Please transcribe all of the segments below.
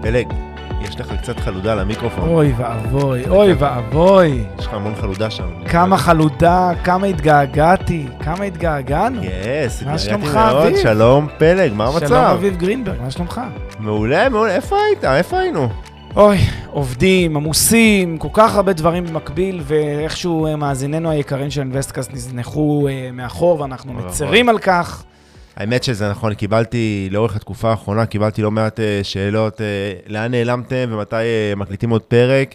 פלג, יש לך קצת חלודה על המיקרופון. אוי ואבוי, אוי ואבוי. יש לך המון חלודה שם. כמה חלודה, כמה התגעגעתי, כמה התגעגענו. יס, מה התגעגעתי שלומך, מאוד. אביב? שלום פלג, מה המצב? שלום אביב גרינברג, מה שלומך? מעולה, מעולה. איפה היית? איפה היינו? אוי, עובדים, עמוסים, כל כך הרבה דברים במקביל, ואיכשהו מאזיננו היקרים של אינבסטקאסט נזנחו מאחור, ואנחנו מצרים על כך. האמת שזה נכון, קיבלתי לאורך התקופה האחרונה, קיבלתי לא מעט שאלות, לאן נעלמתם ומתי מקליטים עוד פרק,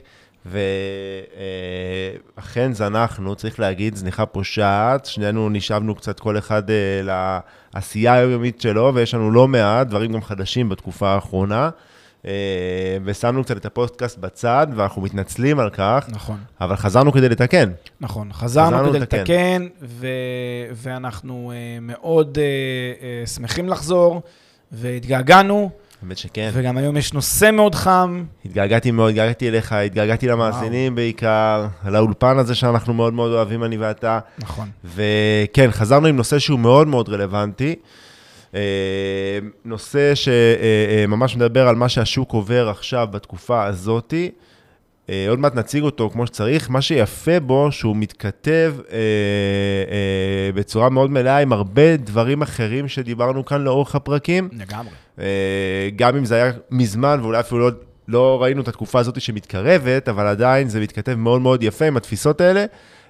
ואכן זנחנו, צריך להגיד, זניחה פושעת, שנינו נשאבנו קצת כל אחד לעשייה היומיומית שלו, ויש לנו לא מעט דברים גם חדשים בתקופה האחרונה, ושמנו קצת את הפודקאסט בצד, ואנחנו מתנצלים על כך, נכון. אבל חזרנו כדי לתקן. נכון, חזרנו כדי לתקן, ואנחנו מאוד שמחים לחזור, והתגעגענו. באמת שכן. וגם היום יש נושא מאוד חם. התגעגעתי מאוד, התגעגעתי אליך, התגעגעתי למאזינים בעיקר, לאולפן הזה שאנחנו מאוד מאוד אוהבים, אני ואתה. נכון. וכן, חזרנו עם נושא שהוא מאוד מאוד רלוונטי. נושא שממש מדבר על מה שהשוק עובר עכשיו בתקופה הזאת. עוד מעט נציג אותו כמו שצריך. מה שיפה בו שהוא מתכתב בצורה מאוד מלאה עם הרבה דברים אחרים שדיברנו כאן לאורך הפרקים. לגמרי. גם אם זה היה מזמן ואולי אפילו לא ראינו את התקופה הזאת שמתקרבת, אבל עדיין זה מתכתב מאוד מאוד יפה עם התפיסות האלה.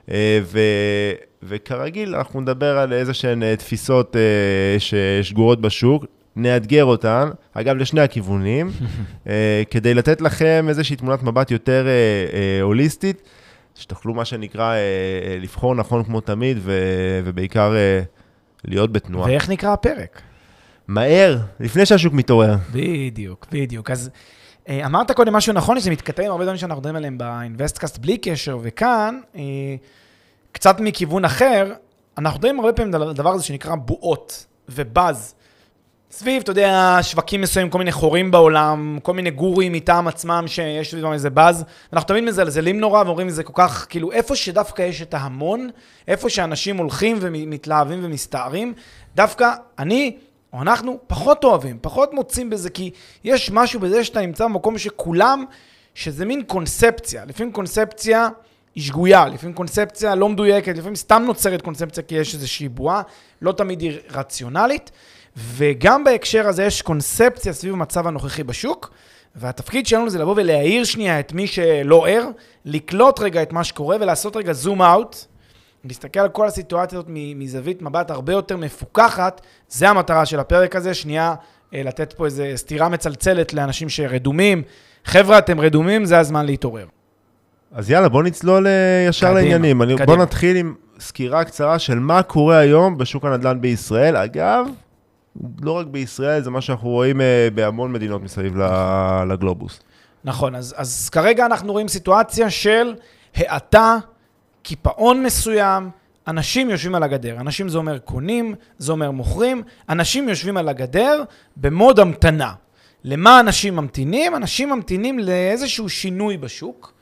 וכרגיל אנחנו נדבר על איזה שהן תפיסות ששגורות בשוק, נאתגר אותן, אגב לשני הכיוונים, כדי לתת לכם איזושהי תמונת מבט יותר הוליסטית, שתוכלו מה שנקרא לבחור נכון כמו תמיד, ובעיקר להיות בתנועה. ואיך נקרא הפרק? מהר, לפני שהשוק מתעורר. בדיוק, בדיוק. אז אמרת קודם משהו נכון, שזה מתכתב עם הרבה דברים שאנחנו מדברים עליהם באינבסטקאסט בלי קשר, וכאן, קצת מכיוון אחר, אנחנו מדברים הרבה פעמים על הדבר הזה שנקרא בועות ובאז. סביב, אתה יודע, שווקים מסוים, כל מיני חורים בעולם, כל מיני גורים מטעם עצמם שיש סביבם איזה באז. אנחנו תמיד מזלזלים נורא ואומרים את זה כל כך, כאילו איפה שדווקא יש את ההמון, איפה שאנשים הולכים ומתלהבים ומסתערים, דווקא אני או אנחנו פחות אוהבים, פחות מוצאים בזה, כי יש משהו בזה שאתה נמצא במקום שכולם, שזה מין קונספציה, לפעמים קונספציה היא שגויה, לפעמים קונספציה לא מדויקת, לפעמים סתם נוצרת קונספציה כי יש איזושהי בועה, לא תמיד היא רציונלית, וגם בהקשר הזה יש קונספציה סביב המצב הנוכחי בשוק, והתפקיד שלנו זה לבוא ולהעיר שנייה את מי שלא ער, לקלוט רגע את מה שקורה ולעשות רגע זום אאוט, להסתכל על כל הסיטואציה הזאת מזווית מבט הרבה יותר מפוקחת, זה המטרה של הפרק הזה, שנייה לתת פה איזו סתירה מצלצלת לאנשים שרדומים, חבר'ה אתם רדומים, זה הזמן להתעורר. אז יאללה, בוא נצלול ישר לעניינים. בוא נתחיל עם סקירה קצרה של מה קורה היום בשוק הנדל"ן בישראל. אגב, לא רק בישראל, זה מה שאנחנו רואים בהמון מדינות מסביב לגלובוס. נכון, אז כרגע אנחנו רואים סיטואציה של האטה, קיפאון מסוים, אנשים יושבים על הגדר. אנשים זה אומר קונים, זה אומר מוכרים, אנשים יושבים על הגדר במוד המתנה. למה אנשים ממתינים? אנשים ממתינים לאיזשהו שינוי בשוק.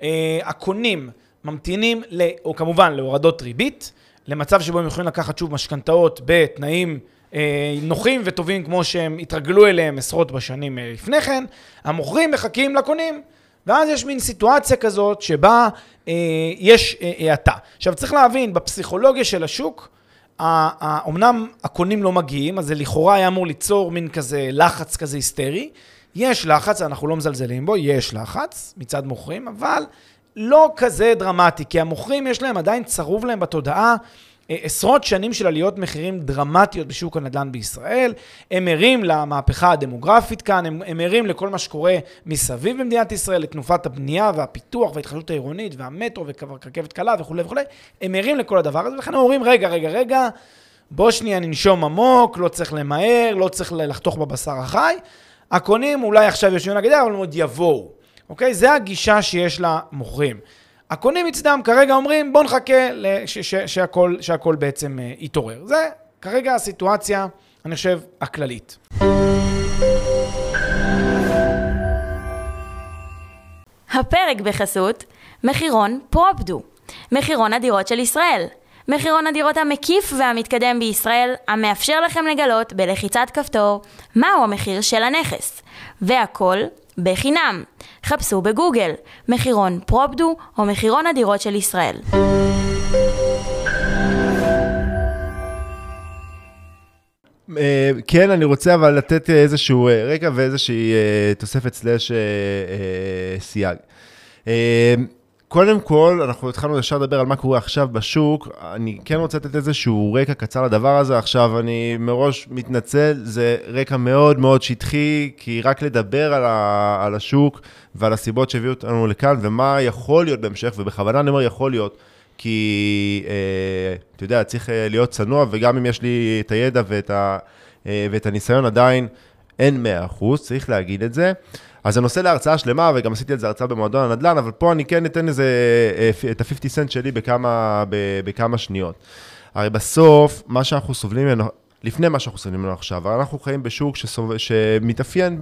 הקונים ממתינים, או כמובן להורדות ריבית, למצב שבו הם יכולים לקחת שוב משכנתאות בתנאים נוחים וטובים כמו שהם התרגלו אליהם עשרות בשנים לפני כן, המוכרים מחכים לקונים, ואז יש מין סיטואציה כזאת שבה יש האטה. עכשיו צריך להבין, בפסיכולוגיה של השוק, אמנם הקונים לא מגיעים, אז זה לכאורה היה אמור ליצור מין כזה לחץ כזה היסטרי, יש לחץ, אנחנו לא מזלזלים בו, יש לחץ מצד מוכרים, אבל לא כזה דרמטי, כי המוכרים יש להם עדיין צרוב להם בתודעה, עשרות שנים של עליות מחירים דרמטיות בשוק הנדל"ן בישראל, הם ערים למהפכה הדמוגרפית כאן, הם ערים לכל מה שקורה מסביב במדינת ישראל, לתנופת הבנייה והפיתוח וההתחדשות העירונית והמטרו ורכבת קלה וכו' וכו', הם ערים לכל הדבר הזה, ולכן הם אומרים רגע, בוא שנייה ננשום עמוק, לא צריך למהר, לא צריך לחתוך בבשר החי, הקונים אולי עכשיו יושבים על הגדר, אבל עוד יבואו, אוקיי? זה הגישה שיש למוכרים. הקונים מצדם כרגע אומרים, בוא נחכה שהכל בעצם יתעורר. זה כרגע הסיטואציה, אני חושב, הכללית. הפרק בחסות מחירון פרופדו, מחירון הדירות של ישראל. מחירון הדירות המקיף והמתקדם בישראל, המאפשר לכם לגלות בלחיצת כפתור מהו המחיר של הנכס. והכל בחינם. חפשו בגוגל, מחירון פרופדו או מחירון הדירות של ישראל. כן, אני רוצה אבל לתת איזשהו רקע ואיזושהי תוספת סלש סייג. קודם כל, אנחנו התחלנו ישר לדבר על מה קורה עכשיו בשוק. אני כן רוצה לתת איזשהו רקע קצר לדבר הזה. עכשיו, אני מראש מתנצל, זה רקע מאוד מאוד שטחי, כי רק לדבר על השוק ועל הסיבות שהביאו אותנו לכאן, ומה יכול להיות בהמשך, ובכוונה אני אומר יכול להיות, כי אתה יודע, צריך להיות צנוע, וגם אם יש לי את הידע ואת הניסיון עדיין, אין 100%, צריך להגיד את זה. אז הנושא להרצאה שלמה, וגם עשיתי את זה הרצאה במועדון הנדל"ן, אבל פה אני כן אתן את ה-50 סנט שלי בכמה שניות. הרי בסוף, מה שאנחנו סובלים ממנו, לפני מה שאנחנו סובלים ממנו עכשיו, אנחנו חיים בשוק שמתאפיין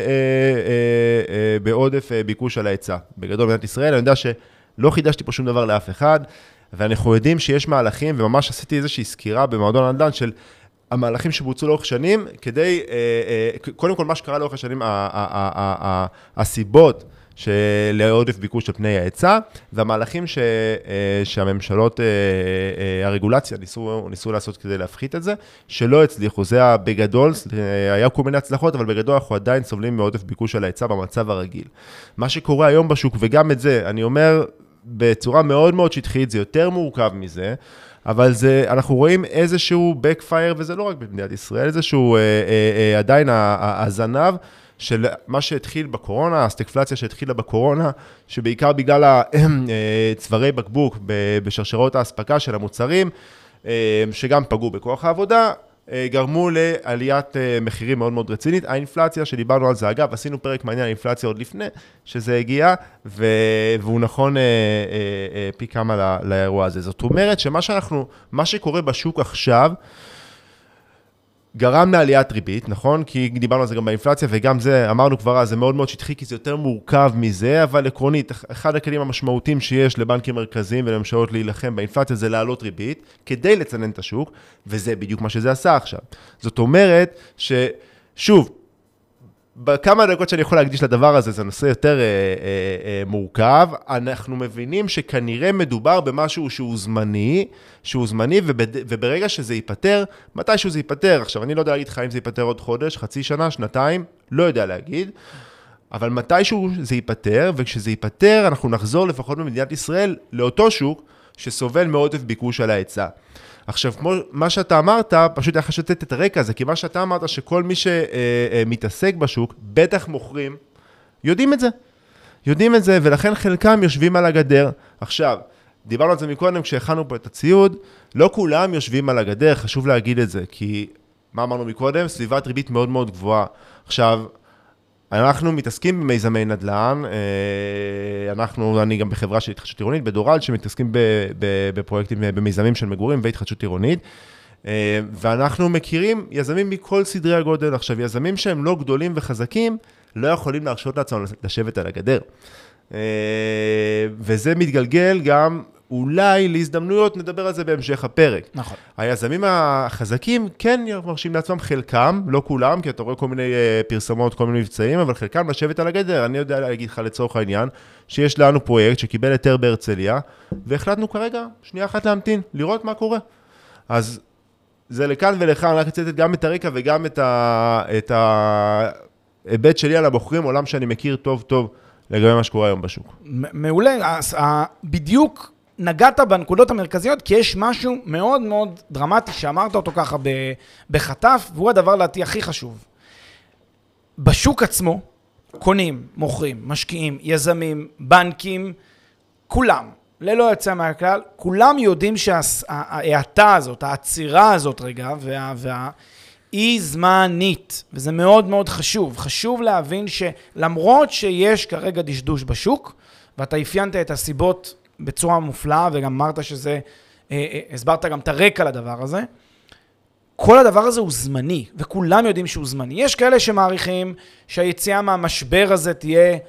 בעודף ביקוש על ההיצע. בגדול במדינת ישראל, אני יודע שלא חידשתי פה שום דבר לאף אחד, ואנחנו יודעים שיש מהלכים, וממש עשיתי איזושהי סקירה במועדון הנדל"ן של המהלכים שבוצעו לאורך שנים, כדי, קודם כל מה שקרה לאורך השנים, הסיבות לעודף ביקוש של פני ההיצע, והמהלכים שהממשלות, הרגולציה ניסו לעשות כדי להפחית את זה, שלא הצליחו, זה היה בגדול, היה כל מיני הצלחות, אבל בגדול אנחנו עדיין סובלים מעודף ביקוש על ההיצע במצב הרגיל. מה שקורה היום בשוק, וגם את זה, אני אומר בצורה מאוד מאוד שטחית, זה יותר מורכב מזה, אבל אנחנו רואים איזשהו backfire, וזה לא רק במדינת ישראל, איזשהו עדיין הזנב של מה שהתחיל בקורונה, הסטגפלציה שהתחילה בקורונה, שבעיקר בגלל צווארי בקבוק בשרשרות ההספקה של המוצרים, שגם פגעו בכוח העבודה, גרמו לעליית מחירים מאוד מאוד רצינית. האינפלציה שדיברנו על זה, אגב, עשינו פרק מעניין על האינפלציה עוד לפני שזה הגיע, והוא נכון פי כמה לאירוע הזה. זאת אומרת מה שקורה בשוק עכשיו, גרם לעליית ריבית, נכון? כי דיברנו על זה גם באינפלציה, וגם זה, אמרנו כבר, זה מאוד מאוד שטחי, כי זה יותר מורכב מזה, אבל עקרונית, אחד הכלים המשמעותיים שיש לבנקים מרכזיים ולממשלות להילחם באינפלציה, זה לעלות ריבית, כדי לצנן את השוק, וזה בדיוק מה שזה עשה עכשיו. זאת אומרת ששוב, בכמה דקות שאני יכול להקדיש לדבר הזה, זה נושא יותר מורכב, אנחנו מבינים שכנראה מדובר במשהו שהוא זמני, וברגע שזה ייפטר, מתישהו זה ייפטר. עכשיו, אני לא יודע להגיד לך אם זה ייפטר עוד חודש, חצי שנה, שנתיים, לא יודע להגיד, אבל מתישהו זה ייפטר, וכשזה ייפטר, אנחנו נחזור לפחות במדינת ישראל לאותו שוק שסובל מעודף ביקוש על ההיצע. עכשיו, כמו מה שאתה אמרת, פשוט היה לתת את הרקע הזה, כי מה שאתה אמרת שכל מי שמתעסק בשוק, בטח מוכרים, יודעים את זה, ולכן חלקם יושבים על הגדר. עכשיו, דיברנו על זה מקודם, כשהכנו פה את הציוד, לא כולם יושבים על הגדר, חשוב להגיד את זה, כי מה אמרנו מקודם? סביבת ריבית מאוד מאוד גבוהה. עכשיו, אנחנו מתעסקים במיזמי נדל"ן, אני גם בחברה של התחדשות עירונית, בדורל, שמתעסקים בפרויקטים, במיזמים של מגורים והתחדשות עירונית, ואנחנו מכירים יזמים מכל סדרי הגודל. עכשיו, יזמים שהם לא גדולים וחזקים, לא יכולים להרשות לעצמם לשבת על הגדר. וזה מתגלגל גם אולי להזדמנויות, נדבר על זה בהמשך הפרק. נכון. היזמים החזקים כן מרשים לעצמם חלקם, לא כולם, כי אתה רואה כל מיני פרסמות, כל מיני מבצעים, אבל חלקם לשבת על הגדר. אני יודע להגיד לך לצורך העניין, שיש לנו פרויקט שקיבל היתר בהרצליה, והחלטנו כרגע, שנייה אחת להמתין, לראות מה קורה. אז זה לכאן ולכאן, אני רק רוצה לתת גם את הרקע וגם את ההיבט שלי על הבוחרים, עולם שאני מכיר טוב טוב לגבי מה שקורה היום בשוק. מעולה, בדיוק נגעת בנקודות המרכזיות, כי יש משהו מאוד מאוד דרמטי שאמרת אותו ככה בחטף, והוא הדבר לדעתי הכי חשוב. בשוק עצמו, קונים, מוכרים, משקיעים, יזמים, בנקים, כולם, ללא יוצא מהכלל, כולם יודעים שההאטה הזאת, העצירה הזאת רגע, היא זמנית, וזה מאוד מאוד חשוב. חשוב להבין שלמרות שיש כרגע דשדוש בשוק, ואתה אפיינת את הסיבות בצורה מופלאה, וגם אמרת שזה, הסברת גם את הרקע לדבר הזה, כל הדבר הזה הוא זמני, וכולם יודעים שהוא זמני. יש כאלה שמעריכים שהיציאה מהמשבר הזה תהיה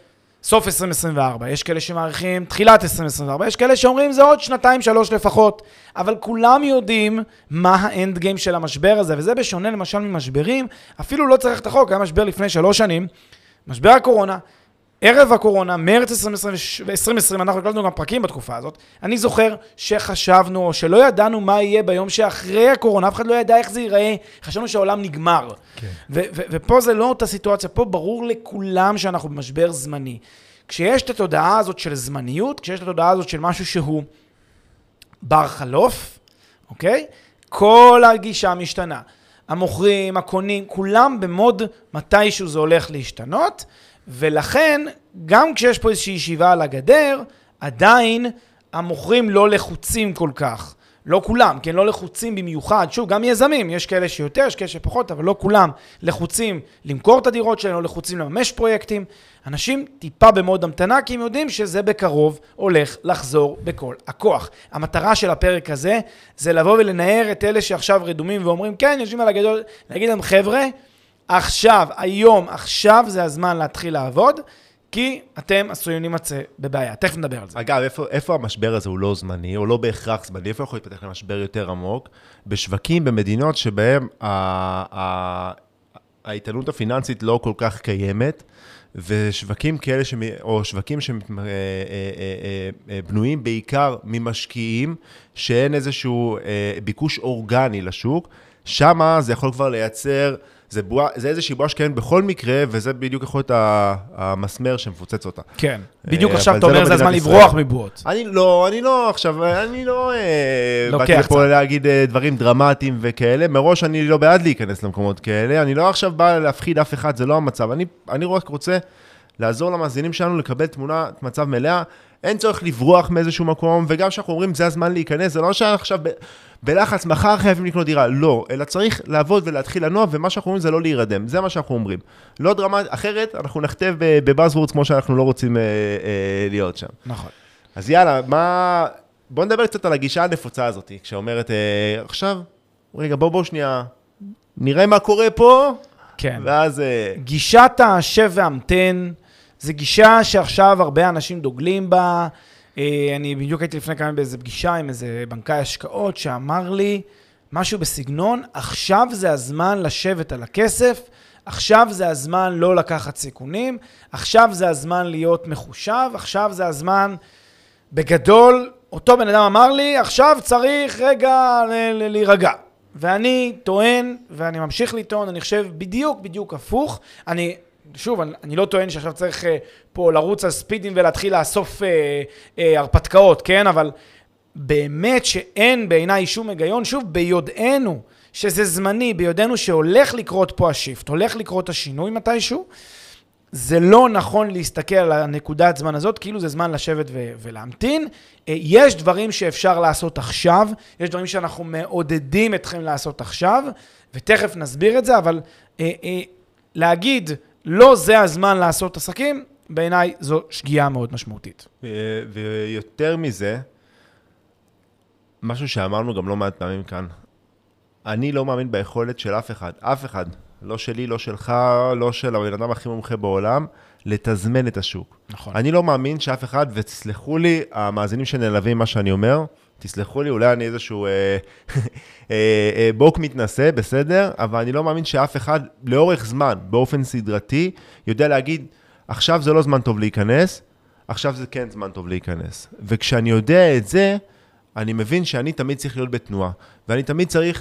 סוף 2024, יש כאלה שמעריכים תחילת 2024, יש כאלה שאומרים זה עוד 2-3 לפחות, אבל כולם יודעים מה האנד גיים של המשבר הזה, וזה בשונה למשל ממשברים, אפילו לא צריך את החוק, היה משבר לפני 3 שנים, משבר הקורונה, ערב הקורונה, מרץ 2020, אנחנו הקלטנו גם פרקים בתקופה הזאת, אני זוכר שחשבנו, או שלא ידענו מה יהיה ביום שאחרי הקורונה, אף אחד לא ידע איך זה ייראה, חשבנו שהעולם נגמר. כן. ופה זה לא אותה סיטואציה, פה ברור לכולם שאנחנו במשבר זמני. כשיש את התודעה הזאת של זמניות, כשיש את התודעה הזאת של משהו שהוא בר חלוף, אוקיי? כל הגישה משתנה. המוכרים, הקונים, כולם במוד מתישהו זה הולך להשתנות, ולכן, גם כשיש פה איזושהי ישיבה על הגדר, עדיין המוכרים לא לחוצים כל כך. לא כולם, כן, לא לחוצים במיוחד. שוב, גם יזמים, יש כאלה שיותר, יש כאלה שפחות, אבל לא כולם לחוצים למכור את הדירות שלהם, לא לחוצים לממש פרויקטים. אנשים טיפה במוד המתנה, כי הם יודעים שזה בקרוב הולך לחזור בכל הכוח. המטרה של הפרק הזה, זה לבוא ולנער את אלה שעכשיו רדומים ואומרים, כן, יושבים על הגדר, להגיד להם, חבר'ה, עכשיו, היום, עכשיו זה הזמן להתחיל לעבוד, כי אתם עשויים להימצא בבעיה. תכף נדבר על זה. אגב, איפה המשבר הזה הוא לא זמני, או לא בהכרח זמני? איפה יכול להתפתח למשבר יותר עמוק? בשווקים, במדינות שבהם ההתענות הפיננסית לא כל כך קיימת, ושווקים כאלה, או שווקים שבנויים בעיקר ממשקיעים, שאין איזשהו ביקוש אורגני לשוק, שמה זה יכול כבר לייצר... זה איזושהי בועה שקיימת בכל מקרה, וזה בדיוק יכול להיות המסמר שמפוצץ אותה. כן, בדיוק עכשיו אתה אומר, זה הזמן לברוח מבועות. אני לא באתי לפה להגיד דברים דרמטיים וכאלה, מראש אני לא בעד להיכנס למקומות כאלה, אני לא עכשיו בא להפחיד אף אחד, זה לא המצב, אני רק רוצה לעזור למאזינים שלנו לקבל תמונת מצב מלאה, אין צורך לברוח מאיזשהו מקום, וגם שאנחנו אומרים, זה הזמן להיכנס, זה לא שעכשיו בלחץ, מחר חייבים לקנות דירה, לא, אלא צריך לעבוד ולהתחיל לנוע, ומה שאנחנו אומרים זה לא להירדם, זה מה שאנחנו אומרים. לא דרמה, אחרת אנחנו נכתב בבאזוורדס כמו שאנחנו לא רוצים להיות שם. נכון. אז יאללה, בוא נדבר קצת על הגישה הנפוצה הזאת, כשאומרת, עכשיו, רגע, בוא שנייה, נראה מה קורה פה, כן. ואז... גישת השב והמתן, זה גישה שעכשיו הרבה אנשים דוגלים בה, אני בדיוק הייתי לפני כמה באיזה פגישה עם איזה בנקאי השקעות שאמר לי משהו בסגנון, עכשיו זה הזמן לשבת על הכסף, עכשיו זה הזמן לא לקחת סיכונים, עכשיו זה הזמן להיות מחושב, עכשיו זה הזמן בגדול, אותו בן אדם אמר לי, עכשיו צריך רגע להירגע. ואני טוען, ואני ממשיך לטעון, אני חושב בדיוק הפוך, שוב, אני לא טוען שעכשיו צריך פה לרוץ על ספידים ולהתחיל לאסוף הרפתקאות, כן? אבל באמת שאין בעיניי שום היגיון, שוב, ביודענו שזה זמני, ביודענו שהולך לקרות פה השיפט, הולך לקרות השינוי מתישהו, זה לא נכון להסתכל על הנקודת זמן הזאת, כאילו זה זמן לשבת ולהמתין. יש דברים שאפשר לעשות עכשיו, יש דברים שאנחנו מעודדים אתכם לעשות עכשיו, ותכף נסביר את זה, אבל להגיד... לא זה הזמן לעשות עסקים, בעיניי זו שגיאה מאוד משמעותית. ויותר מזה, משהו שאמרנו גם לא מעט פעמים כאן, אני לא מאמין ביכולת של אף אחד, לא שלי, לא שלך, לא של הבן אדם הכי מומחה בעולם, לתזמן את השוק. נכון. אני לא מאמין שאף אחד, ותסלחו לי, המאזינים שנלווים מה שאני אומר, תסלחו לי, אולי אני איזשהו בוק מתנסה, בסדר, אבל אני לא מאמין שאף אחד לאורך זמן, באופן סדרתי, יודע להגיד, עכשיו זה לא זמן טוב להיכנס, עכשיו זה כן זמן טוב להיכנס. וכשאני יודע את זה, אני מבין שאני תמיד צריך להיות בתנועה, ואני תמיד צריך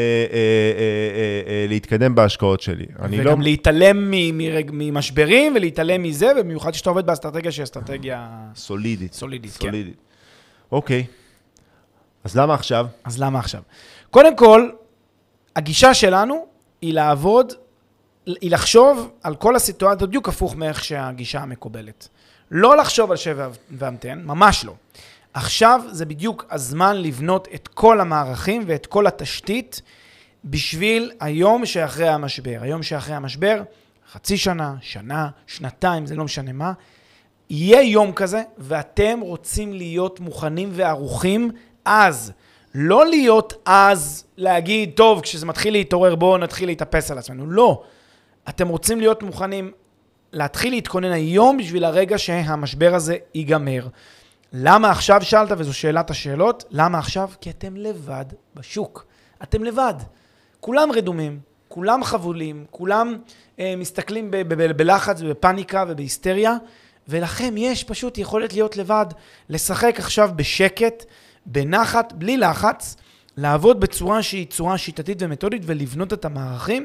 להתקדם בהשקעות שלי. וגם להתעלם ממשברים, ולהתעלם מזה, ובמיוחד שאתה עובד באסטרטגיה שהיא אסטרטגיה... סולידית. כן. אוקיי. אז למה עכשיו? קודם כל, הגישה שלנו היא לעבוד, היא לחשוב על כל הסיטואציה, בדיוק הפוך מאיך שהגישה המקובלת. לא לחשוב על שב והמתן, ממש לא. עכשיו זה בדיוק הזמן לבנות את כל המערכים ואת כל התשתית בשביל היום שאחרי המשבר. היום שאחרי המשבר, חצי שנה, שנה, שנתיים, זה לא משנה מה, יהיה יום כזה ואתם רוצים להיות מוכנים וערוכים אז. לא להיות אז להגיד, טוב, כשזה מתחיל להתעורר, בואו נתחיל להתאפס על עצמנו. לא. אתם רוצים להיות מוכנים להתחיל להתכונן היום בשביל הרגע שהמשבר הזה ייגמר. למה עכשיו שאלת, וזו שאלת השאלות, למה עכשיו? כי אתם לבד בשוק. אתם לבד. כולם רדומים, כולם חבולים, כולם מסתכלים בלחץ ובפניקה ובהיסטריה, ולכם יש פשוט יכולת להיות לבד, לשחק עכשיו בשקט, בנחת, בלי לחץ, לעבוד בצורה שהיא צורה שיטתית ומתודית ולבנות את המערכים.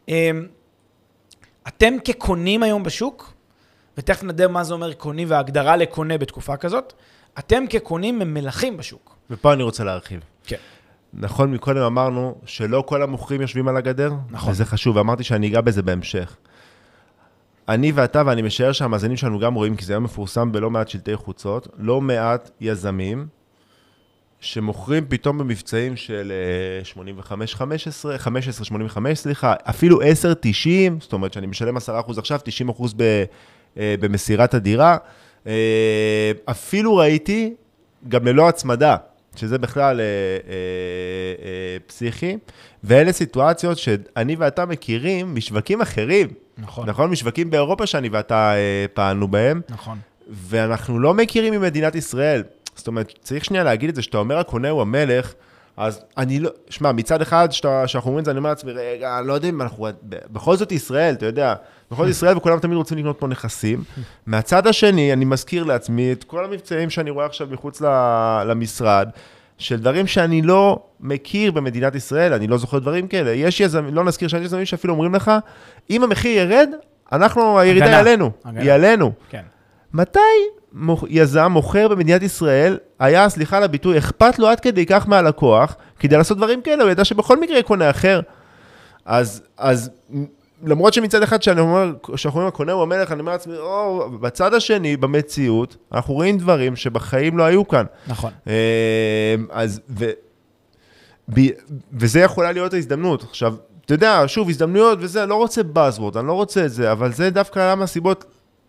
אתם כקונים היום בשוק, ותכף נדבר מה זה אומר קוני וההגדרה לקונה בתקופה כזאת, אתם כקונים הם מלכים בשוק. ופה אני רוצה להרחיב. כן. נכון, מקודם אמרנו שלא כל המוכרים יושבים על הגדר, נכון. וזה חשוב, ואמרתי שאני אגע בזה בהמשך. אני ואתה, ואני משער שהמאזינים שלנו גם רואים, כי זה היה מפורסם בלא מעט שלטי חוצות, לא מעט יזמים, שמוכרים פתאום במבצעים של 85, סליחה, אפילו 10-90, זאת אומרת שאני משלם 10% עכשיו, 90% במסירת הדירה. אפילו ראיתי, גם ללא הצמדה, שזה בכלל פסיכי, ואלה סיטואציות שאני ואתה מכירים משווקים אחרים. נכון, משווקים באירופה שאני ואתה פעלנו בהם. נכון. ואנחנו לא מכירים ממדינת ישראל. זאת אומרת, צריך שנייה להגיד את זה, שאתה אומר הקונה הוא המלך, אז אני לא, שמע, מצד אחד שאנחנו אומרים את זה, אני אומר לעצמי, רגע, אני לא יודע אם אנחנו, בכל זאת ישראל, אתה יודע, בכל זאת ישראל וכולם תמיד רוצים לקנות פה נכסים. מהצד השני, אני מזכיר לעצמי את כל המבצעים שאני רואה עכשיו מחוץ למשרד, של דברים שאני לא מכיר במדינת ישראל, אני לא זוכר דברים כאלה. יש יזמים, לא נזכיר שיש יזמים שאפילו אומרים לך, אם המחיר ירד, הירידה היא עלינו. כן. מתי יזם מוכר במדינת ישראל, היה, סליחה על הביטוי, אכפת לו עד כדי כך מהלקוח, כדי לעשות דברים כאלה, הוא ידע שבכל מקרה קונה אחר. אז למרות שמצד אחד שאנחנו אומרים, הקונה הוא המלך, אני אומר לעצמי, בצד השני, במציאות, אנחנו רואים דברים שבחיים לא היו כאן. נכון. וזה יכולה להיות ההזדמנות. עכשיו, אתה יודע, שוב, הזדמנויות וזה, אני לא רוצה buzzword, אני לא רוצה את זה, אבל זה דווקא למה הסיבות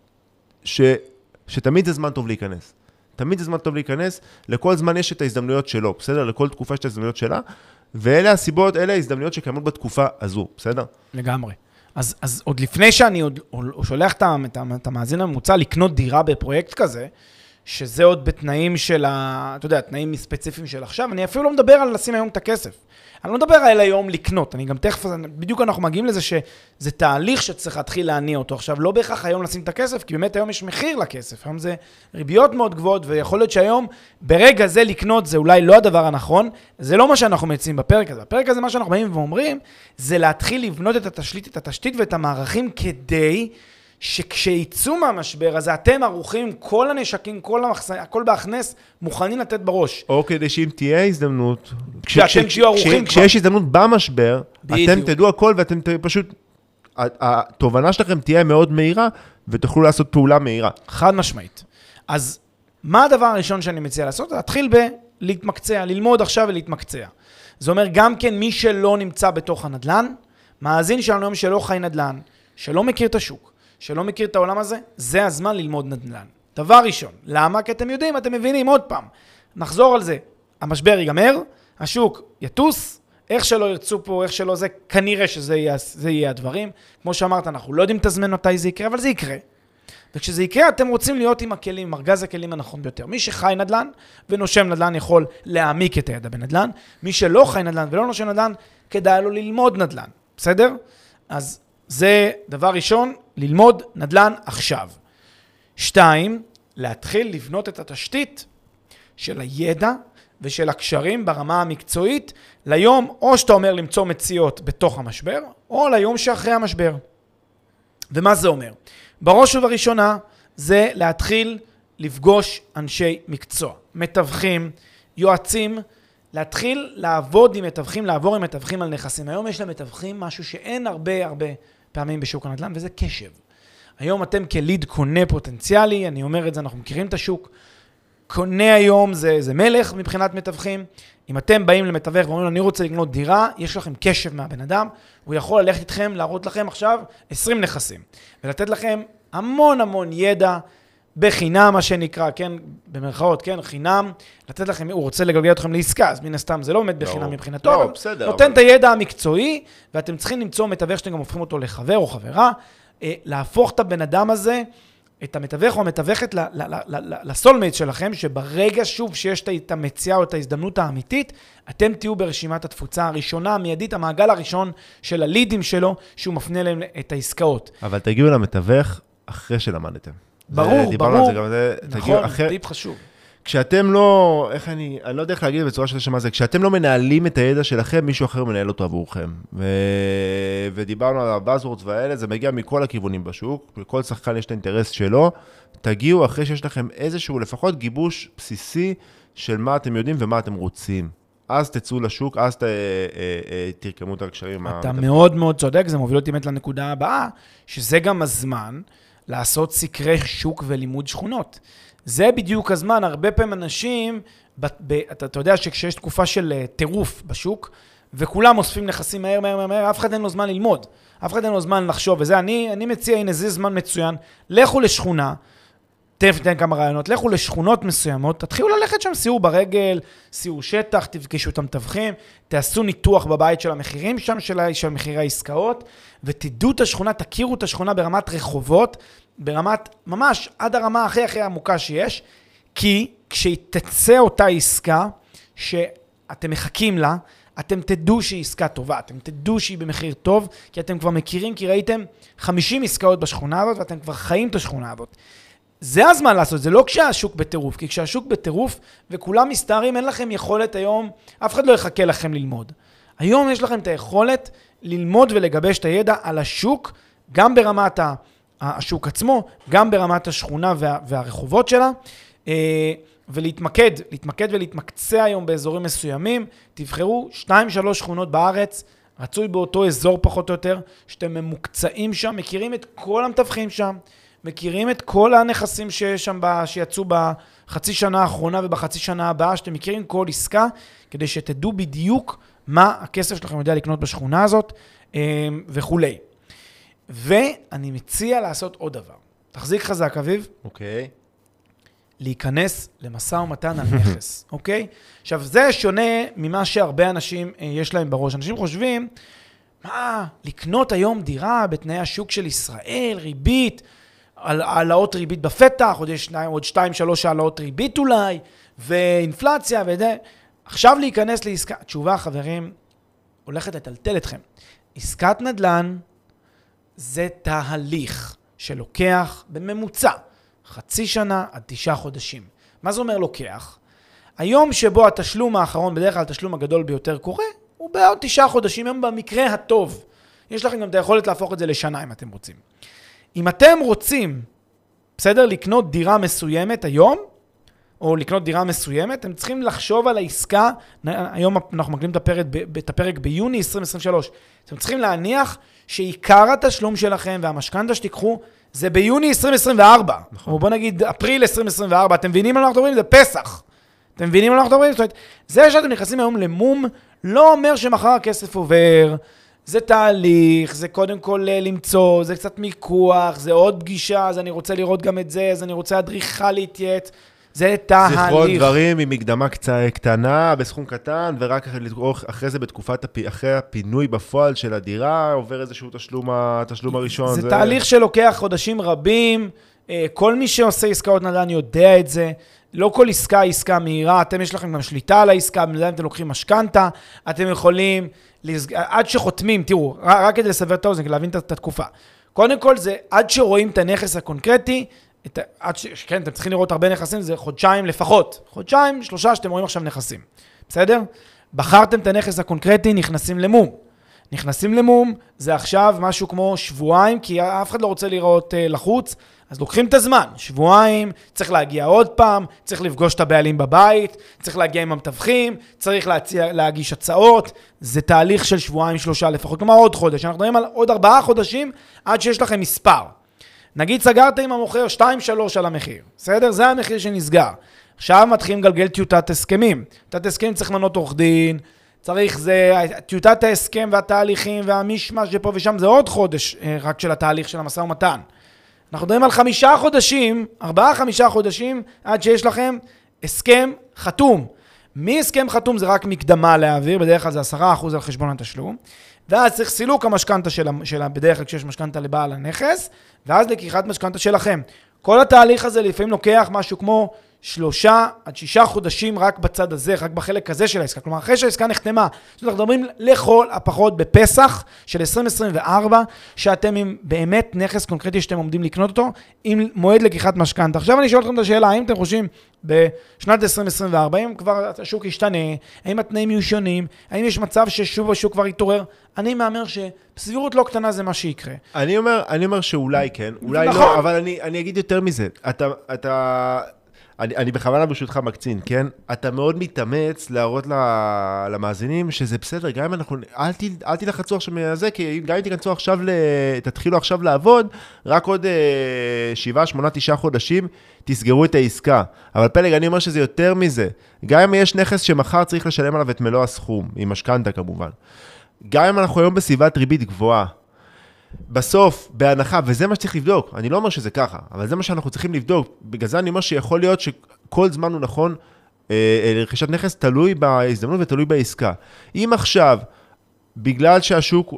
שתמיד זה זמן טוב להיכנס. תמיד זה זמן טוב להיכנס, לכל זמן יש את ההזדמנויות שלו, בסדר? לכל תקופה יש את ההזדמנויות שלה, ואלה הסיבות, אלה ההזדמנויות שקיימות בתקופה הזו, בסדר? לגמרי. אז עוד לפני שאני עוד שולח את המאזין הממוצע לקנות דירה בפרויקט כזה, שזה עוד בתנאים של אתה יודע, תנאים ספציפיים של עכשיו, אני אפילו לא מדבר על לשים היום את הכסף. אני לא מדבר על היום לקנות, אני גם תכף, בדיוק אנחנו מגיעים לזה שזה תהליך שצריך להתחיל להניע אותו. עכשיו, לא בהכרח היום לשים את הכסף, כי באמת היום יש מחיר לכסף, היום זה ריביות מאוד גבוהות, ויכול להיות שהיום, ברגע זה לקנות, זה אולי לא הדבר הנכון, זה לא מה שאנחנו מציעים בפרק הזה. בפרק הזה, מה שאנחנו באים ואומרים, זה להתחיל לבנות את התשתית ואת המערכים כדי שכשיצאו מהמשבר הזה, אתם ערוכים, כל הנשקים, הכל בהכנס, מוכנים לתת בראש. או כדי שאם תהיה הזדמנות, כשאתם תהיו ערוכים כשיש הזדמנות במשבר, אתם תדעו הכל ואתם פשוט, התובנה שלכם תהיה מאוד מהירה, ותוכלו לעשות פעולה מהירה. חד משמעית. אז מה הדבר הראשון שאני מציע לעשות? להתחיל להתמקצע, ללמוד עכשיו ולהתמקצע. זה אומר גם כן מי שלא נמצא בתוך הנדלן, מאזין שלנו היום שלא חי נדלן, שלא מכיר את השוק, שלא מכיר את העולם הזה, זה הזמן ללמוד נדל"ן. דבר ראשון, למה? כי אתם יודעים, אתם מבינים, עוד פעם, נחזור על זה, המשבר ייגמר, השוק יטוס, איך שלא ירצו פה, איך שלא זה, כנראה שזה יהיה הדברים. כמו שאמרת, אנחנו לא יודעים את הזמן מתי זה יקרה, אבל זה יקרה. וכשזה יקרה, אתם רוצים להיות עם הכלים, עם ארגז הכלים הנכון ביותר. מי שחי נדל"ן ונושם נדל"ן יכול להעמיק את הידע בנדל"ן, מי שלא חי נדל"ן ולא נושם נדל"ן, כדאי לו ללמוד נדל"ן, בסדר? אז זה דבר ראשון, ללמוד נדל"ן עכשיו. 2, להתחיל לבנות את התשתית של הידע ושל הקשרים ברמה המקצועית ליום, או שאתה אומר למצוא מציאות בתוך המשבר, או ליום שאחרי המשבר. ומה זה אומר? בראש ובראשונה זה להתחיל לפגוש אנשי מקצוע, מתווכים, יועצים, להתחיל לעבוד עם מתווכים, לעבור עם מתווכים על נכסים. היום יש למתווכים משהו שאין הרבה פעמים בשוק הנדל"ן, וזה קשב. היום אתם כליד קונה פוטנציאלי, אני אומר את זה, אנחנו מכירים את השוק, קונה היום זה מלך מבחינת מתווכים. אם אתם באים למתווך ואומרים, אני רוצה לקנות דירה, יש לכם קשב מהבן אדם, הוא יכול ללכת איתכם, להראות לכם עכשיו 20 נכסים, ולתת לכם המון ידע בחינם, מה שנקרא, כן, במרכאות, כן, חינם, לתת לכם, הוא רוצה לגלגל אתכם לעסקה, אז מן הסתם זה לא עומד בחינם מבחינתו, נותן את הידע המקצועי, ואתם צריכים למצוא מתווך שאתם גם הופכים אותו לחבר או חברה, להפוך את הבן אדם הזה, את המתווך או המתווכת לסולמייט שלכם, שברגע שוב שיש את המציאה או את ההזדמנות האמיתית, אתם תהיו ברשימת התפוצה הראשונה, המיידית, המעגל הראשון של הלידים שלו, שהוא מפנה להם את העסקאות. אבל תגיעו למתווך אחרי שלמדתם. ברור, ברור. נכון, טיפ חשוב. כשאתם לא, אני לא יודע איך להגיד בצורה של שמה זה, כשאתם לא מנהלים את הידע שלכם, מישהו אחר מנהל אותו עבורכם. ודיברנו על הבאזוורדס והאלה, זה מגיע מכל הכיוונים בשוק, לכל שחקן יש את האינטרס שלו, תגיעו אחרי שיש לכם איזשהו, לפחות גיבוש בסיסי של מה אתם יודעים ומה אתם רוצים. אז תצאו לשוק, אז תרקמו את הקשרים. אתה מאוד מאוד צודק, זה מוביל אותי באמת לנקודה הבאה, שזה גם הזמן לעשות סקרי שוק ולימוד שכונות. זה בדיוק הזמן, הרבה פעמים אנשים, אתה יודע שכשיש תקופה של טירוף בשוק, וכולם אוספים נכסים מהר, אף אחד אין לו זמן ללמוד, אף אחד אין לו זמן לחשוב, וזה אני מציע, הנה זה זמן מצוין, לכו לשכונה, תן כמה רעיונות, לכו לשכונות מסוימות, תתחילו ללכת שם סיור ברגל, סיור שטח, תפגשו את המתווכים, תעשו ניתוח בבית של המחירים שם, של מחירי העסקאות, ותדעו את השכונה, תכירו את השכונה ברמת רחובות, ברמת ממש עד הרמה הכי עמוקה שיש, כי כשתצא אותה עסקה שאתם מחכים לה, אתם תדעו שהיא עסקה טובה, אתם תדעו שהיא במחיר טוב, כי אתם כבר מכירים, כי ראיתם 50 עסקאות בשכונה הזאת, ואתם כבר חיים את השכונה הזאת. זה הזמן לעשות, זה לא כשהשוק בטירוף, כי כשהשוק בטירוף וכולם מסתערים, אין לכם יכולת היום, אף אחד לא יחכה לכם ללמוד. היום יש לכם את היכולת ללמוד ולגבש את הידע על השוק, גם ברמת השוק עצמו, גם ברמת השכונה והרחובות שלה, ולהתמקד ולהתמקצע היום באזורים מסוימים, תבחרו 2-3 שכונות בארץ, רצוי באותו אזור פחות או יותר, שאתם ממוקצעים שם, מכירים את כל המתווכים שם, מכירים את כל הנכסים שיש שם, שיצאו בחצי שנה האחרונה ובחצי שנה הבאה, שאתם מכירים כל עסקה, כדי שתדעו בדיוק מה הכסף שלכם יודע לקנות בשכונה הזאת, וכו'. ואני מציע לעשות עוד דבר. תחזיק חזק, אביב. אוקיי. להיכנס למשא ומתן על נכס, אוקיי? עכשיו, זה שונה ממה שהרבה אנשים יש להם בראש. אנשים חושבים, מה, לקנות היום דירה בתנאי השוק של ישראל, ריבית, העלאות ריבית בפתח, עוד 2-3 העלאות ריבית אולי, ואינפלציה וזה. עכשיו להיכנס לעסקה, תשובה, חברים, הולכת לטלטל אתכם. עסקת נדל"ן זה תהליך שלוקח בממוצע חצי שנה עד 9 חודשים. מה זה אומר לוקח? היום שבו התשלום האחרון, בדרך כלל התשלום הגדול ביותר קורה, הוא בעוד 9 חודשים, היום במקרה הטוב. יש לכם גם את היכולת להפוך את זה לשנה אם אתם רוצים. אם אתם רוצים, בסדר, לקנות דירה מסוימת היום, או לקנות דירה מסוימת, אתם צריכים לחשוב על העסקה, היום אנחנו מקלימים את הפרק ביוני 2023, אתם צריכים להניח שעיקר התשלום שלכם והמשכנתא שתיקחו, זה ביוני 2024, נכון. או בוא נגיד אפריל 2024, אתם מבינים על מה אנחנו מדברים? זה פסח. אתם מבינים על מה אנחנו מדברים? זאת אומרת, זה שאתם נכנסים היום למום, לא אומר שמחר הכסף עובר, זה תהליך, זה קודם כל למצוא, זה קצת מיקוח, זה עוד פגישה, אז אני רוצה לראות גם את זה, אז אני רוצה אדריכל להתייעץ, זה תהליך. זכרון דברים עם מקדמה קטנה, בסכום קטן, ורק אחרי זה אחרי הפינוי בפועל של הדירה, עובר איזשהו תשלום הראשון. זה תהליך שלוקח חודשים רבים, כל מי שעושה עסקאות נדל"ן יודע את זה, לא כל עסקה היא עסקה מהירה, אתם יש לכם גם שליטה על העסקה, בינתיים אתם לוקחים משכנתא, אתם יכולים, עד שחותמים, תראו, רק כדי לסבר את האוזן, להבין את התקופה. קודם כל זה, עד שרואים את הנכס הקונקרטי, כן, אתם צריכים לראות הרבה נכסים, זה חודשיים לפחות. חודשיים, 3 שאתם רואים עכשיו נכסים. בסדר? בחרתם את הנכס הקונקרטי, נכנסים למום. נכנסים למום, זה עכשיו משהו כמו שבועיים, כי אף אחד לא רוצה לראות לחוץ, אז לוקחים את הזמן. שבועיים, צריך להגיע עוד פעם, צריך לפגוש את הבעלים בבית, צריך להגיע עם המתווכים, צריך להגיש הצעות. זה תהליך של 2-3 לפחות, כלומר עוד חודש. אנחנו מדברים על עוד 4 חודשים עד שיש לכם מספר. נגיד סגרתם עם המוכר 2-3 על המחיר, בסדר? זה המחיר שנסגר. עכשיו מתחילים לגלגל טיוטת הסכמים. טיוטת הסכמים צריך למנות עורך דין, צריך זה, טיוטת ההסכם והתהליכים והמשמש שפה ושם, זה עוד חודש רק של התהליך של המשא ומתן. אנחנו מדברים על 5 חודשים, 4-5 חודשים, עד שיש לכם הסכם חתום. מהסכם חתום זה רק מקדמה להעביר, בדרך כלל זה 10% על חשבון התשלום. ואז צריך סילוק המשכנתה בדרך כלל כשיש משכנתה לבעל הנכס, ואז לקיחת משכנתה שלכם. כל התהליך הזה לפעמים לוקח משהו כמו 3 עד 6 חודשים רק בצד הזה, רק בחלק הזה של העסקה. כלומר, אחרי שהעסקה נחתמה, אנחנו מדברים לכל הפחות בפסח של 2024, שאתם עם באמת נכס קונקרטי שאתם עומדים לקנות אותו, עם מועד לקיחת משכנתה. עכשיו אני שואל אתכם את השאלה, האם אתם חושבים בשנת 2024, האם כבר השוק ישתנה, האם התנאים יהיו שונים, האם יש מצב ששוב השוק כבר יתעורר? אני מאמר שבסבירות לא קטנה זה מה שיקרה. אני אומר שאולי כן, אולי לא, אבל אני אגיד יותר מזה. אני בכוונה ברשותך מקצין, כן? אתה מאוד מתאמץ להראות למאזינים שזה בסדר, גם אם אנחנו, אל תלחצו עכשיו מזה, כי גם אם תתחילו עכשיו לעבוד, רק עוד 7, 8, 9 חודשים, תסגרו את העסקה. אבל פלג, אני אומר שזה יותר מזה. גם אם יש נכס שמחר צריך לשלם עליו את מלוא הסכום, עם משכנתה כמובן. גם אם אנחנו היום בסביבת ריבית גבוהה, בסוף, בהנחה, וזה מה שצריך לבדוק, אני לא אומר שזה ככה, אבל זה מה שאנחנו צריכים לבדוק, בגלל זה אני אומר שיכול להיות שכל זמן הוא נכון לרכישת נכס, תלוי בהזדמנות ותלוי בעסקה. אם עכשיו, בגלל שהשוק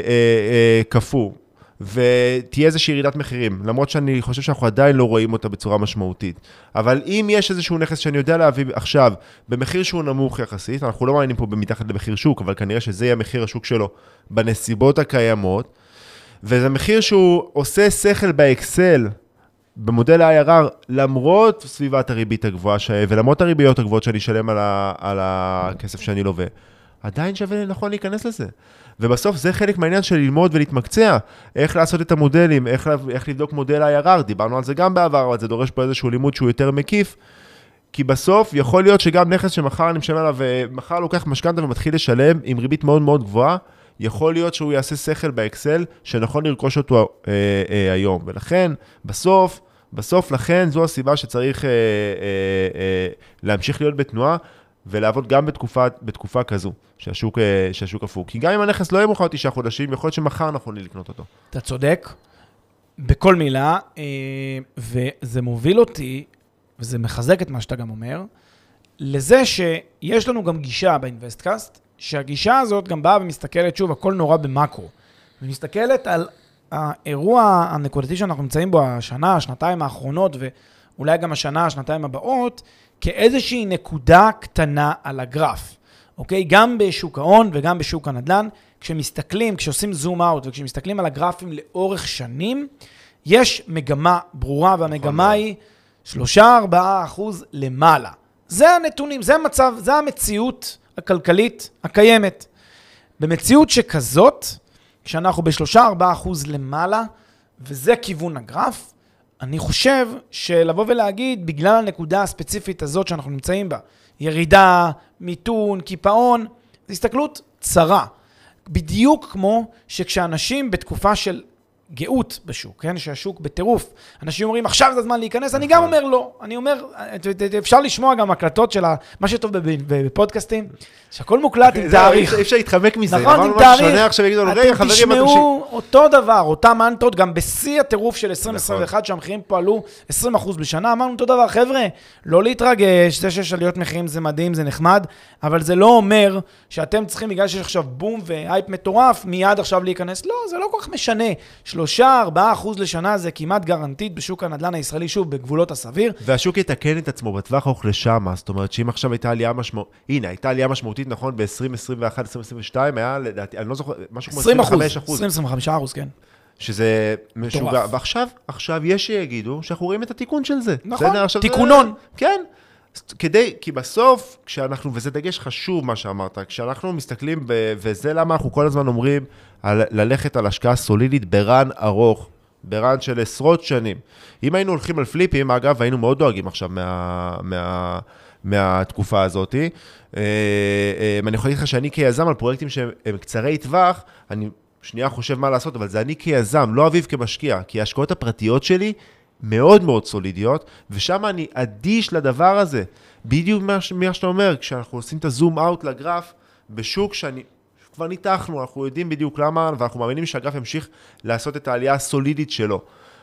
קפוא, ותהיה איזושהי ירידת מחירים, למרות שאני חושב שאנחנו עדיין לא רואים אותה בצורה משמעותית, אבל אם יש איזשהו נכס שאני יודע להביא עכשיו, במחיר שהוא נמוך יחסית, אנחנו לא מעניינים פה במתחת למחיר שוק, אבל כנראה שזה יהיה מחיר השוק שלו בנסיבות הקיימות, וזה מחיר שהוא עושה שכל באקסל, במודל ה-IRR, למרות סביבת הריבית הגבוהה, ולמרות הריביות הגבוהות שאני אשלם על הכסף שאני לווה, עדיין שווה נכון להיכנס לזה. ובסוף זה חלק מהעניין של ללמוד ולהתמקצע, איך לעשות את המודלים, איך לבדוק מודל ה-IRR, דיברנו על זה גם בעבר, אבל זה דורש פה איזשהו לימוד שהוא יותר מקיף, כי בסוף יכול להיות שגם נכס שמחר אני משלם עליו, ומחר לוקח משכנתה ומתחיל לשלם עם ריבית מאוד מאוד גבוהה, יכול להיות שהוא יעשה שכל באקסל, שנכון לרכוש אותו היום. ולכן, בסוף לכן זו הסיבה שצריך להמשיך להיות בתנועה, ולעבוד גם בתקופה כזו, שהשוק אפור. כי גם אם הנכס לא יהיה מוכר 9 חודשים, יכול להיות שמחר נכון לי לקנות אותו. אתה צודק, בכל מילה, וזה מוביל אותי, וזה מחזק את מה שאתה גם אומר, לזה שיש לנו גם גישה באינבסטקאסט, שהגישה הזאת גם באה ומסתכלת, שוב, הכל נורא במקרו, ומסתכלת על האירוע הנקודתי שאנחנו נמצאים בו השנה, השנתיים האחרונות, ואולי גם השנה, השנתיים הבאות, כאיזושהי נקודה קטנה על הגרף. אוקיי? גם בשוק ההון וגם בשוק הנדל"ן, כשמסתכלים, כשעושים זום אאוט, וכשמסתכלים על הגרפים לאורך שנים, יש מגמה ברורה, והמגמה היא 3-4% למעלה. זה הנתונים, זה המצב, זה המציאות הכלכלית הקיימת. במציאות שכזאת, כשאנחנו ב3-4% למעלה, וזה כיוון הגרף, אני חושב שלבוא ולהגיד, בגלל הנקודה הספציפית הזאת שאנחנו נמצאים בה, ירידה, מיתון, קיפאון, זו הסתכלות צרה. בדיוק כמו שכשאנשים בתקופה של גאות בשוק, כן? שהשוק בטירוף, אנשים אומרים, עכשיו זה הזמן להיכנס, אני גם אומר לא. אני אומר, אפשר לשמוע גם הקלטות של מה שטוב בפודקאסטים, שהכל מוקלט עם תאריך. אפשר להתחמק מזה. נכון, עם תאריך. אתם תשמעו אותו דבר, אותם מנטרות, גם בשיא הטירוף של 2021, שהמחירים פה עלו 20% בשנה, אמרנו אותו דבר, חבר'ה, לא להתרגש, זה שיש עליות מחירים זה מדהים, זה נחמד, אבל זה לא אומר שאתם צריכים, בגלל שיש עכשיו בום והייפ מטורף, מיד עכשיו להיכנס. לא, זה לא כל כך משנה. 3-4% לשנה זה כמעט גרנטית בשוק הנדל"ן הישראלי, שוב, בגבולות הסביר. והשוק יתקן את עצמו בטווח הארוך לשם, זאת אומרת שאם עכשיו הייתה עלייה משמעותית, הנה, הייתה עלייה משמעותית, נכון, ב-2021, 2022, היה, לדעתי, אני לא זוכר, משהו כמו 25%, כן. שזה משוגע. ועכשיו יש שיגידו שאנחנו רואים את התיקון של זה. נכון, תיקונון. כן. כי בסוף, כשאנחנו, וזה דגש חשוב מה שאמרת, כשאנחנו מסתכלים, וזה למה אנחנו כל הזמן אומרים, ללכת על השקעה סולידית ברן ארוך, ברן של עשרות שנים. אם היינו הולכים על פליפים, אגב, היינו מאוד דואגים עכשיו מהתקופה הזאת. אני יכול להגיד לך שאני כיזם על פרויקטים שהם קצרי טווח, אני שנייה חושב מה לעשות, אבל זה אני כיזם, לא אביב כמשקיע, כי ההשקעות הפרטיות שלי מאוד מאוד סולידיות, ושם אני אדיש לדבר הזה. בדיוק מה שאתה אומר, כשאנחנו עושים את הזום אאוט לגרף, בשוק כבר ניתחנו, אנחנו יודעים בדיוק למה, ואנחנו מאמינים שהגרף ימשיך לעשות את העלייה הסולידית שלו.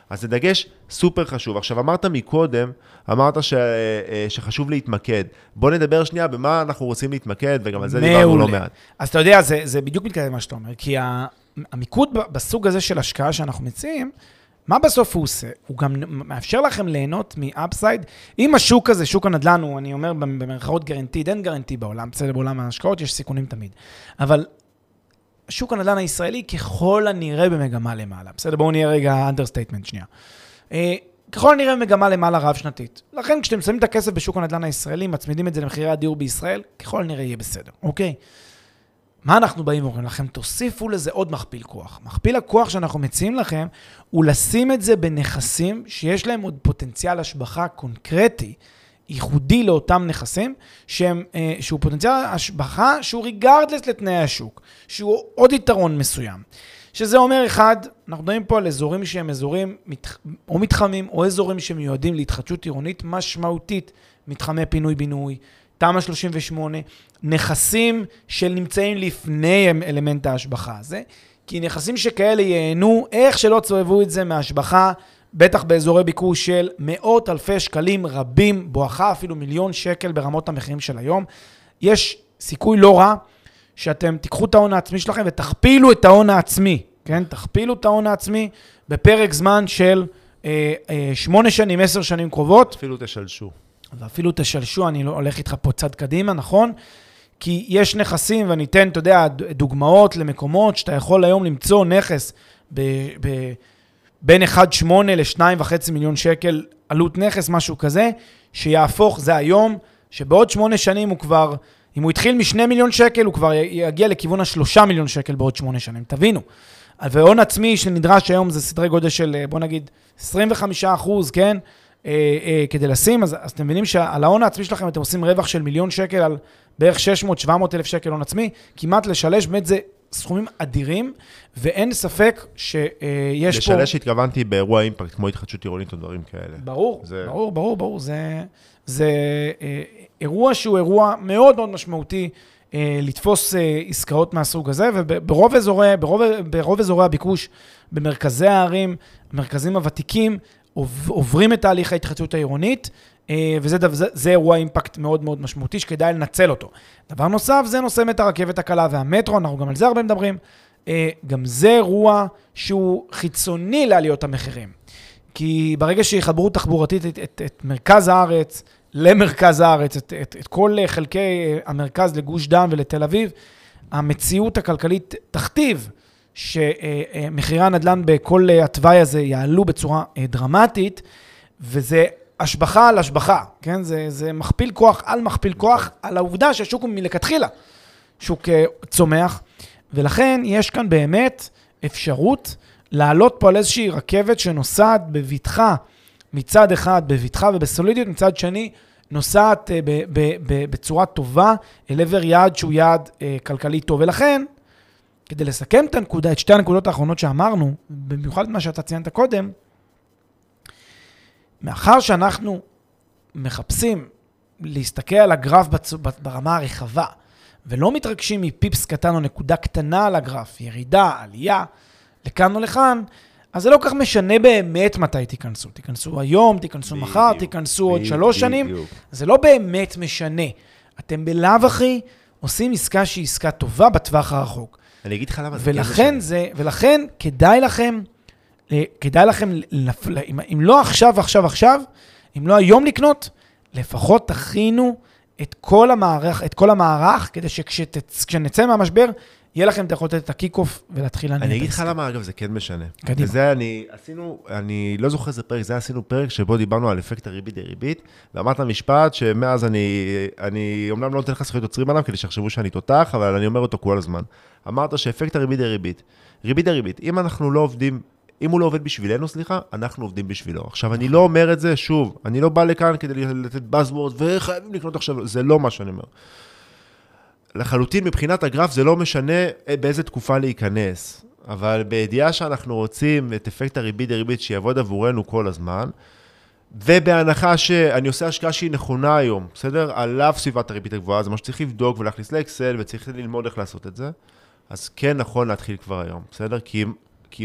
אז זה דגש סופר חשוב. עכשיו, אמרת מקודם, אמרת שחשוב להתמקד. בוא נדבר שנייה במה אנחנו רוצים להתמקד, וגם על זה דיברנו לא מעט. אז אתה יודע, זה בדיוק מתקדם מה שאתה אומר, כי המיקוד בסוג הזה של השקעה שאנחנו מציעים, מה בסוף הוא עושה? הוא גם מאפשר לכם ליהנות מאפסייד. אם השוק הזה, שוק הנדל"ן, הוא, אני אומר במרכאות גרנטי, אין גרנטי בעולם, בסדר, בעולם ההשקעות יש סיכונים תמיד. אבל שוק הנדל"ן הישראלי ככל הנראה במגמה למעלה. בסדר, בואו נראה רגע אנדרסטייטמנט שנייה. ככל הנראה במגמה למעלה רב שנתית. לכן כשאתם שמים את הכסף בשוק הנדל"ן הישראלי, מצמידים את זה למחירי הדיור בישראל, ככל הנראה יהיה בסדר, אוקיי? מה אנחנו באים ואומרים לכם? תוסיפו לזה עוד מכפיל כוח. מכפיל הכוח שאנחנו מציעים לכם, הוא לשים את זה בנכסים שיש להם עוד פוטנציאל השבחה קונקרטי, ייחודי לאותם נכסים, שהוא פוטנציאל השבחה שהוא ריגרדלס לתנאי השוק, שהוא עוד יתרון מסוים. שזה אומר אחד, אנחנו מדברים פה על אזורים שהם אזורים או מתחמים, או אזורים שמיועדים להתחדשות עירונית משמעותית, מתחמי פינוי-בינוי, תמ"א 38, נכסים שנמצאים לפני אלמנט ההשבחה הזה, כי נכסים שכאלה ייהנו, איך שלא צובבו את זה מההשבחה, בטח באזורי ביקוש של מאות אלפי שקלים רבים, בואכה אפילו מיליון שקל ברמות המחירים של היום. יש סיכוי לא רע שאתם תיקחו את ההון העצמי שלכם ותכפילו את ההון העצמי, כן? תכפילו את ההון העצמי בפרק זמן של 8 שנים, 10 שנים קרובות. אפילו תשלשו. ואפילו תשלשו, אני הולך איתך פה צד קדימה, נכון? כי יש נכסים, ואני אתן, אתה יודע, דוגמאות למקומות שאתה יכול היום למצוא נכס בין 1.8 ל-2.5 מיליון שקל עלות נכס, משהו כזה, שיהפוך, זה היום, שבעוד 8 שנים הוא כבר, אם הוא התחיל מ2 מיליון שקל, הוא כבר יגיע לכיוון 3 מיליון שקל בעוד 8 שנים, תבינו. והון עצמי שנדרש היום זה סדרי גודל של, בוא נגיד, 25%, כן? כדי לשים, אז אתם מבינים שעל ההון העצמי שלכם אתם עושים רווח של מיליון שקל על בערך 600-700 אלף שקל הון עצמי, כמעט לשלש, באמת זה סכומים אדירים, ואין ספק שיש פה... לשלש התכוונתי באירוע אימפקט, כמו התחדשות עירונית או דברים כאלה. ברור. זה אירוע שהוא אירוע מאוד מאוד משמעותי, לתפוס עסקאות מהסוג הזה, וברוב אזורי הביקוש, במרכזי הערים, המרכזים הוותיקים, עוברים את תהליך ההתחדשות העירונית, וזה אירוע אימפקט מאוד מאוד משמעותי, שכדאי לנצל אותו. דבר נוסף, זה נושא את הרכבת הקלה והמטרו, אנחנו גם על זה הרבה מדברים, גם זה אירוע שהוא חיצוני לעליות המחירים. כי ברגע שיחברו תחבורתית את מרכז הארץ למרכז הארץ, את כל חלקי המרכז לגוש דן ולתל אביב, המציאות הכלכלית תכתיב, שמחירי הנדל"ן בכל התוואי הזה יעלו בצורה דרמטית, וזה השבחה על השבחה, כן? זה מכפיל כוח על מכפיל כוח, על העובדה שהשוק הוא מלכתחילה שוק צומח, ולכן יש כאן באמת אפשרות לעלות פה על איזושהי רכבת שנוסעת בביטחה מצד אחד, בביטחה ובסולידיות, מצד שני נוסעת בצורה טובה אל עבר יעד שהוא יעד כלכלי טוב, ולכן כדי לסכם את שתי הנקודות האחרונות שאמרנו, במיוחד מה שאתה ציינת קודם, מאחר שאנחנו מחפשים להסתכל על הגרף ברמה הרחבה, ולא מתרגשים מפיפס קטן או נקודה קטנה על הגרף, ירידה, עלייה, לכאן או לכאן, אז זה לא כך משנה באמת מתי תיכנסו. תיכנסו היום, תיכנסו מחר, תיכנסו עוד 3 שנים, זה לא באמת משנה. אתם בלב אחי עושים עסקה שהיא עסקה טובה בטווח הרחוק. אני אגיד לך למה זה ולכן כדאי לכם, אם לא עכשיו, אם לא היום לקנות, לפחות תכינו את כל המערך, כדי שכשנצא מהמשבר, יהיה לכם את יכולת את הקיק-אוף ולהתחיל להניע את אני אגיד לך למה, אגב, זה כן משנה. קדימה. וזה אני לא זוכר איזה פרק, זה עשינו פרק שבו דיברנו על אפקט הריבית דריבית, ואמרת משפט שמאז אני אומנם לא נותן לך זכויות יוצרים עליו, כדי שיחשבו שאני תותח, אבל אני אומר אותו כל הזמן. אמרת שאפקט הריבית דריבית, אם הוא לא עובד בשבילנו, אנחנו עובדים בשבילו. עכשיו, אני לא אומר את זה, שוב, אני לא בא לכאן כדי לתת buzzword, וחייבים לקנות עכשיו, זה לא מה שאני אומר. לחלוטין מבחינת הגרף זה לא משנה באיזה תקופה להיכנס, אבל בידיעה שאנחנו רוצים את אפקט הריבית דריבית שיעבוד עבורנו כל הזמן, ובהנחה שאני עושה השקעה שהיא נכונה היום, בסדר? עליו סביבת הריבית הגבוהה, זה מה שצריך לבדוק ולהכניס לאקסל, וצריך ללמוד איך לעשות את זה, אז כן נכון להתחיל כבר היום, בסדר? כי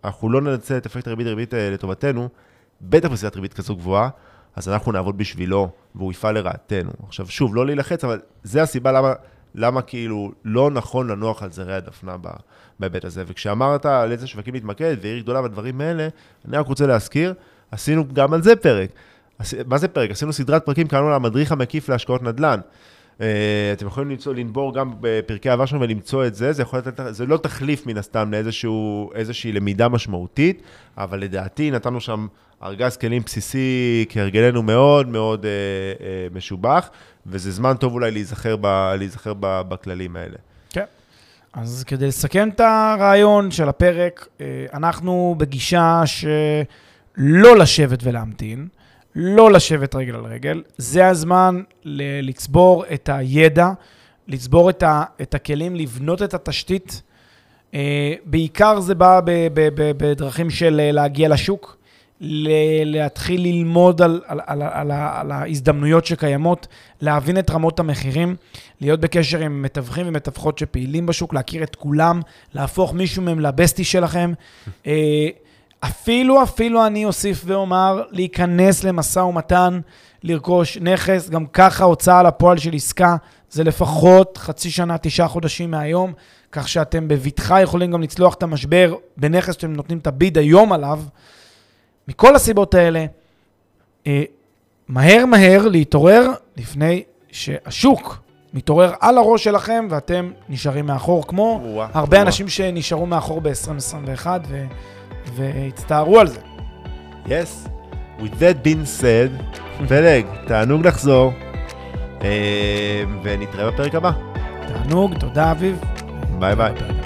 אנחנו לא ננצל את אפקט הריבית לטובתנו, בטח בסביבת ריבית כזו גבוהה, אז אנחנו נעבוד בשבילו, והוא יפעל לרעתנו. עכשיו, שוב, לא להילחץ, אבל זה הסיבה למה כאילו לא נכון לנוח על זרי הדפנה בהיבט הזה. וכשאמרת על איזה שווקים להתמקד, ועיר גדולה בדברים האלה, אני רק רוצה להזכיר, עשינו גם על זה פרק. מה זה פרק? עשינו סדרת פרקים, קראנו לה מדריך המקיף להשקעות נדל"ן. אתם יכולים לנבור גם בפרקי העבר שלנו ולמצוא את זה, זה לא תחליף מן הסתם לאיזושהי למידה משמעותית, אבל לדעתי נתנו שם ארגז כלים בסיסי כהרגלנו מאוד מאוד משובח, וזה זמן טוב אולי להיזכר בכללים האלה. כן. אז כדי לסכם את הרעיון של הפרק, אנחנו בגישה שלא לשבת ולהמתין, לא לשבת רגל על רגל, זה הזמן לצבור את הידע, לצבור את הכלים, לבנות את התשתית. בעיקר זה בא בדרכים של להגיע לשוק, להתחיל ללמוד על ההזדמנויות שקיימות, להבין את רמות המחירים, להיות בקשר עם מתווכים ומתווכות שפעילים בשוק, להכיר את כולם, להפוך מישהו מהם לבסטי שלכם. אפילו אני אוסיף ואומר, להיכנס למשא ומתן, לרכוש נכס, גם ככה הוצאה לפועל של עסקה, זה לפחות חצי שנה, 9 חודשים מהיום, כך שאתם בביטחה יכולים גם לצלוח את המשבר בנכס שאתם נותנים את הביד היום עליו. מכל הסיבות האלה, מהר להתעורר לפני שהשוק מתעורר על הראש שלכם, ואתם נשארים מאחור, כמו הרבה אנשים שנשארו מאחור ב-2021, והצטערו על זה. Yes, with that being said, פלג, תענוג לחזור, ונתראה בפרק הבא. תענוג, תודה אביב. ביי ביי.